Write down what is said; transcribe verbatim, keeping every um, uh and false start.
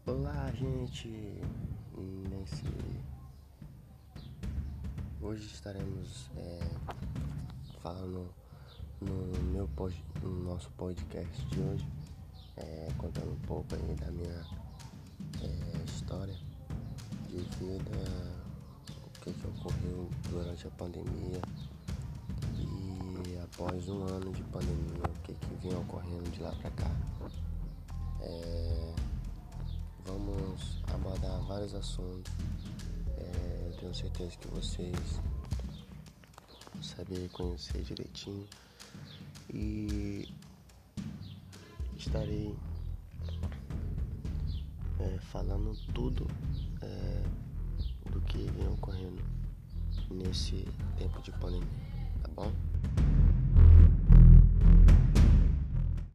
Olá, gente! Nesse... Hoje estaremos é, falando no, meu pod... no nosso podcast de hoje, é, contando um pouco aí da minha é, história de vida, o que, que ocorreu durante a pandemia e após um ano de pandemia, o que, que vinha ocorrendo de lá pra cá. É, Vamos abordar vários assuntos. É, eu tenho certeza que vocês vão saber conhecer direitinho. E estarei é, falando tudo é, do que vem ocorrendo nesse tempo de pandemia, tá bom?